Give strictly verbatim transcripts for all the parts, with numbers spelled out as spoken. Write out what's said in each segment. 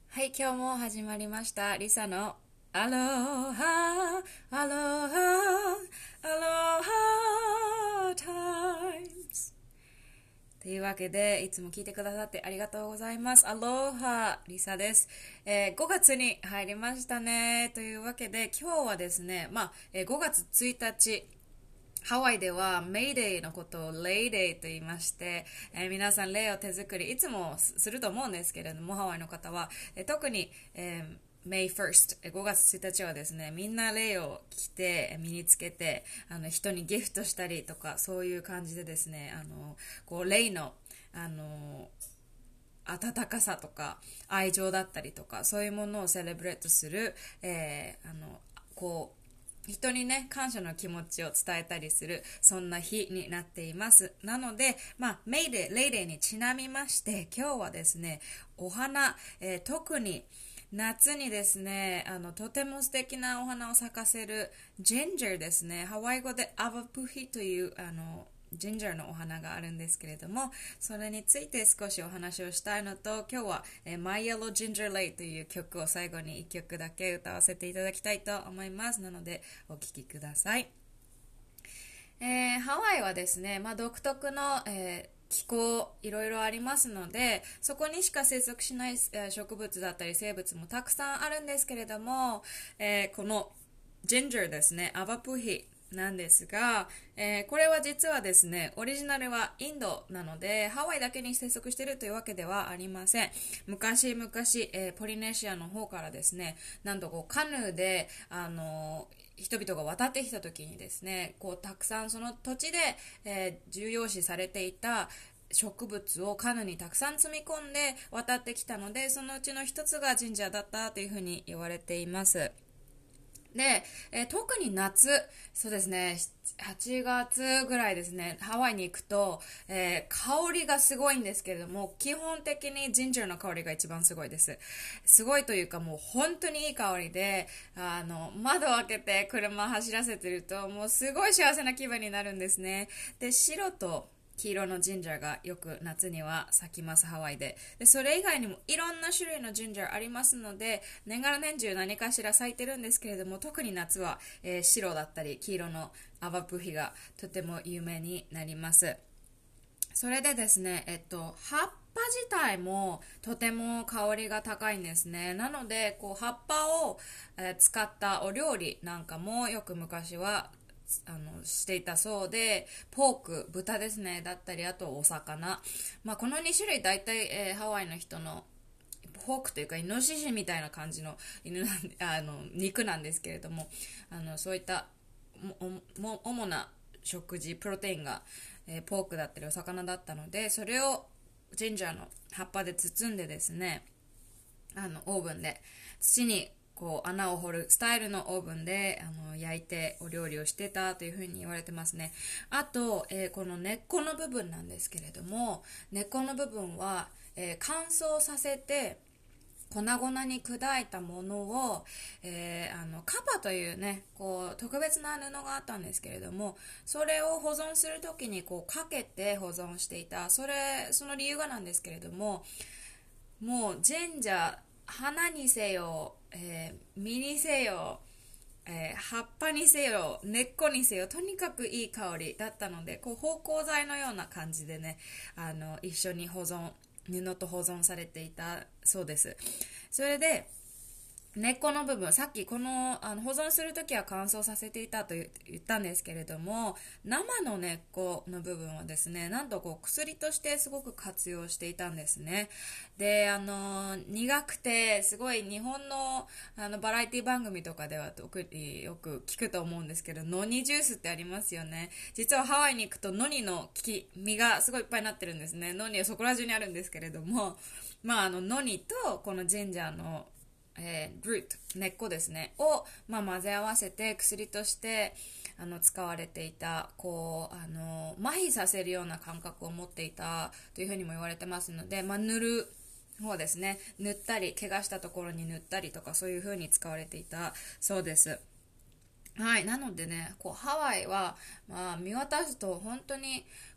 はい、今日も始まりました。リサのアロハ、アロハ、アロハタイムズ。というわけで、いつも聞いてくださってありがとうございます。アロハ、リサです。えーごがつに入りましたね。というわけで、今日はですね、まあ、えーごがつついたち、ハワイではメイデーのことをレイデーと言いまして、えー皆さん例を手作りいつもすると思うんですけれども、ハワイの方は、えー特に、えー May ファースト、えーごがつついたちはですね、みんな例を着て、えー身につけて、あの人にギフトしたりとか、そういう感じでですね、あのこう例の、あの温かさとか愛情だったりとかそういうものをセレブレットする、えーあのこう人にね感謝の気持ちを伝えたりするそんな日になっています。なので、まあ、メイデーレイデーにちなみまして今日はですねお花、えー特に夏にですねあのとても素敵なお花を咲かせるジンジャーですね。ハワイ語でアバプヒというあのジンジャーのお花があるんですけれども、それについて少しお話をしたいのと、今日は、えー、My Yellow Ginger Lay という曲を最後にいっきょくだけ歌わせていただきたいと思います。なのでお聴きください。えーハワイはですね、まあ、独特の、えー気候いろいろありますのでそこにしか生息しない、えー植物だったり生物もたくさんあるんですけれども、えーこのジンジャーですねアバプヒなんですが、えーこれは実はですねオリジナルはインドなのでハワイだけに生息しているというわけではありません。昔々、えーポリネシアの方からですねなんとこうカヌーであの人々が渡ってきた時にですねこうたくさんその土地で、えー重要視されていた植物をカヌーにたくさん積み込んで渡ってきたのでそのうちの一つが神社だったというふうに言われています。で、えー特に夏、そうですね、はちがつぐらいですね、ハワイに行くと、えー香りがすごいんですけれども、基本的にジンジャーの香りが一番すごいです。すごいというかもう本当にいい香りで、あの、窓を開けて車走らせてると、もうすごい幸せな気分になるんですね。で、白と、黄色のジンジャーがよく夏には咲きますハワイで。でそれ以外にもいろんな種類のジンジャーありますので年がら年中何かしら咲いてるんですけれども特に夏は、えー白だったり黄色のアバプヒがとても有名になります。それでですね、えっと、葉っぱ自体もとても香りが高いんですね。なので、こう葉っぱを、えー使ったお料理なんかもよく昔はあのしていたそうで、ポーク、豚ですね、だったり、あとお魚。まあ、このに種類大体、えーハワイの人のポークというかイノシシみたいな感じの犬なんであの肉なんですけれどもあのそういったもも主な食事プロテインが、えーポークだったりお魚だったのでそれをジンジャーの葉っぱで包んでですねあのオーブンで土にこう穴を掘るスタイルのオーブンであの焼いてお料理をしてたというふうに言われてますね。あと、えーこの根っこの部分なんですけれども根っこの部分は、えー乾燥させて粉々に砕いたものを、えーあのカパというねこう特別な布があったんですけれどもそれを保存するときにこうかけて保存していたそれその理由がなんですけれどももう神社花にせよ、えー実にせよ、えー葉っぱにせよ根っこにせよとにかくいい香りだったのでこう芳香剤のような感じでねあの一緒に保存布と保存されていたそうです。それで根っこの部分さっきこのあの保存するときは乾燥させていたと言ったんですけれども生の根っこの部分はですねなんとこう薬としてすごく活用していたんですね。であの苦くてすごい日本のあのバラエティ番組とかでは特によく聞くと思うんですけどノニジュースってありますよね。実はハワイに行くとノニの木実がすごいいっぱいになってるんですね。ノニはそこら中にあるんですけれどもまああのノニとこのジンジャーのえー、ルート根っこですねを、まあ、混ぜ合わせて薬としてあの使われていたこうあの麻痺させるような感覚を持っていたというふうにも言われてますので、まあ、塗る方ですね塗ったり怪我したところに塗ったりとかそういうふうに使われていたそうです。はい、なのでねこうハワイは、まあ、見渡すと本当に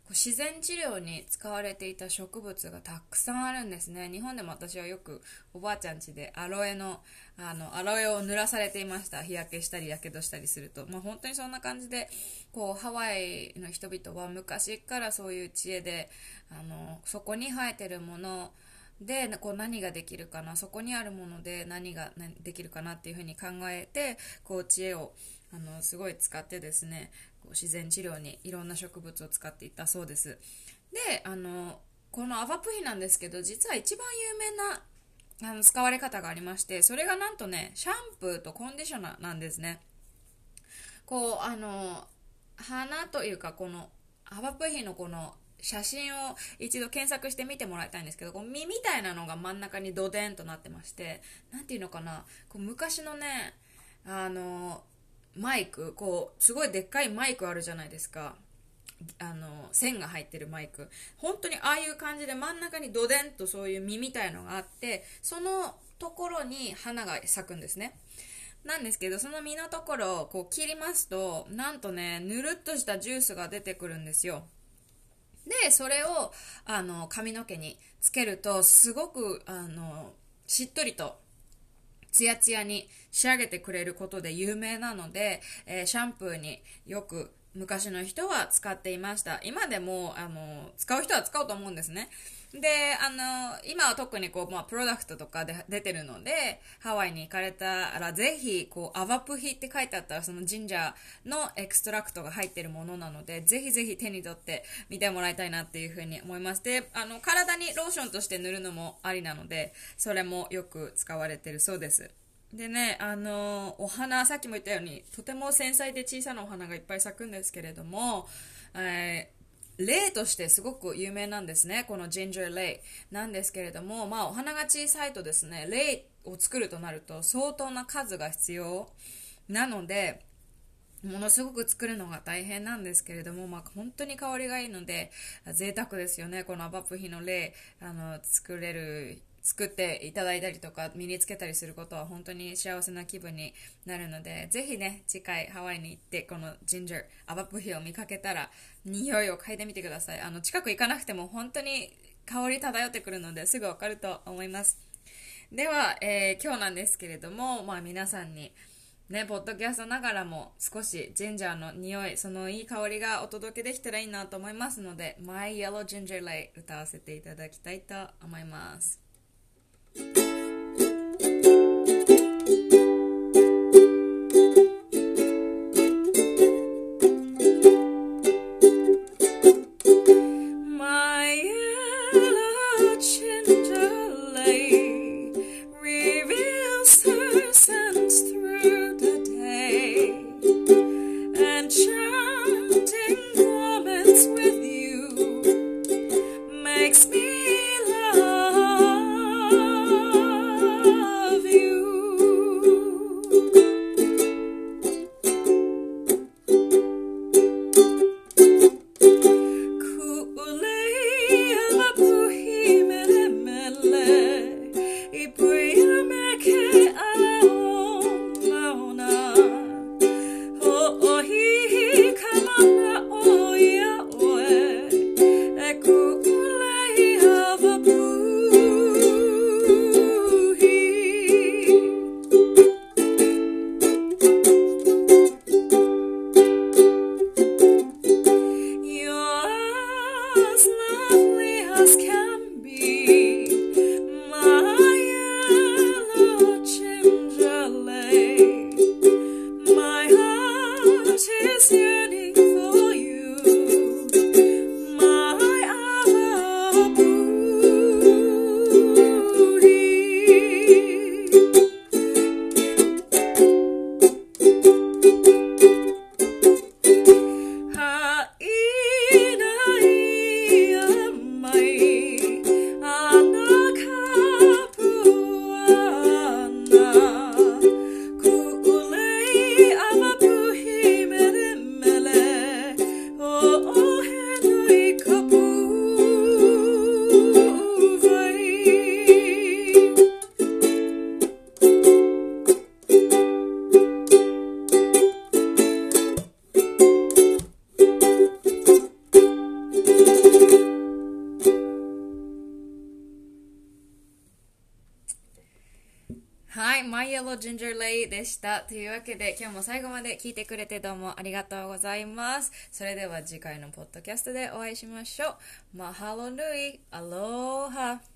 自然治療に使われていた植物がたくさんあるんですね。日本でも私はよくおばあちゃん家でアロエのあのアロエを濡らされていました。日焼けしたりやけどしたりすると、まあ、本当にそんな感じで、こうハワイの人々は昔からそういう知恵で、あのそこに生えてるものでこう何ができるかな、そこにあるもので何ができるかなっていうふうに考えて、こう知恵をあのすごい使ってですね、こう自然治療にいろんな植物を使っていったそうです。で、あのこのアバプヒなんですけど、実は一番有名なあの使われ方がありまして、それがなんとね、シャンプーとコンディショナーなんですね。こうあの花というか、このアバプヒのこの写真を一度検索して見てもらいたいんですけど、こう実みたいなのが真ん中にドデンとなってまして、なんていうのかな、こう昔のね、あのマイク、こうすごいでっかいマイクあるじゃないですか、あの線が入ってるマイク、本当にああいう感じで真ん中にドデンとそういう実みたいのがあって、そのところに花が咲くんですね。なんですけど、その実のところをこう切りますと、なんとね、ぬるっとしたジュースが出てくるんですよ。でそれをあの髪の毛につけると、すごくあのしっとりとツヤツヤに仕上げてくれることで有名なので、えーシャンプーによく昔の人は使っていました。今でもあの使う人は使うと思うんですね。で、あの今は特にこう、まあ、プロダクトとかで出てるので、ハワイに行かれたらぜひこうアバプヒって書いてあったら、そのジンジャーのエクストラクトが入ってるものなので、ぜひぜひ手に取って見てもらいたいなっていうふうに思います。で、あの体にローションとして塗るのもありなので、それもよく使われてるそうです。でね、あのお花、さっきも言ったようにとても繊細で小さなお花がいっぱい咲くんですけれども、えーレイとしてすごく有名なんですね、このジンジャーレイなんですけれども、まあ、お花が小さいとですね、レイを作るとなると相当な数が必要なので、ものすごく作るのが大変なんですけれども、まあ、本当に香りがいいので贅沢ですよね。このアバプヒのレイ、あの作れる作っていただいたりとか身につけたりすることは本当に幸せな気分になるので、ぜひね、次回ハワイに行ってこのジンジャーアバプヒを見かけたら匂いを嗅いでみてください。あの近く行かなくても本当に香り漂ってくるのですぐわかると思います。では、えー今日なんですけれども、まあ、皆さんにね、ポッドキャストながらも少しジンジャーの匂い、そのいい香りがお届けできたらいいなと思いますので、 My Yellow Ginger Lei 歌わせていただきたいと思います。My yellow ginger lady reveals her sense through the day, and chanting moments with you makes me love you. Kule alapuhi mele mele はい、マイ Yellow Ginger Lay でした。というわけで、今日も最後まで聞いてくれてどうもありがとうございます。それでは次回のポッドキャストでお会いしましょう。マハロヌイ、アローハ。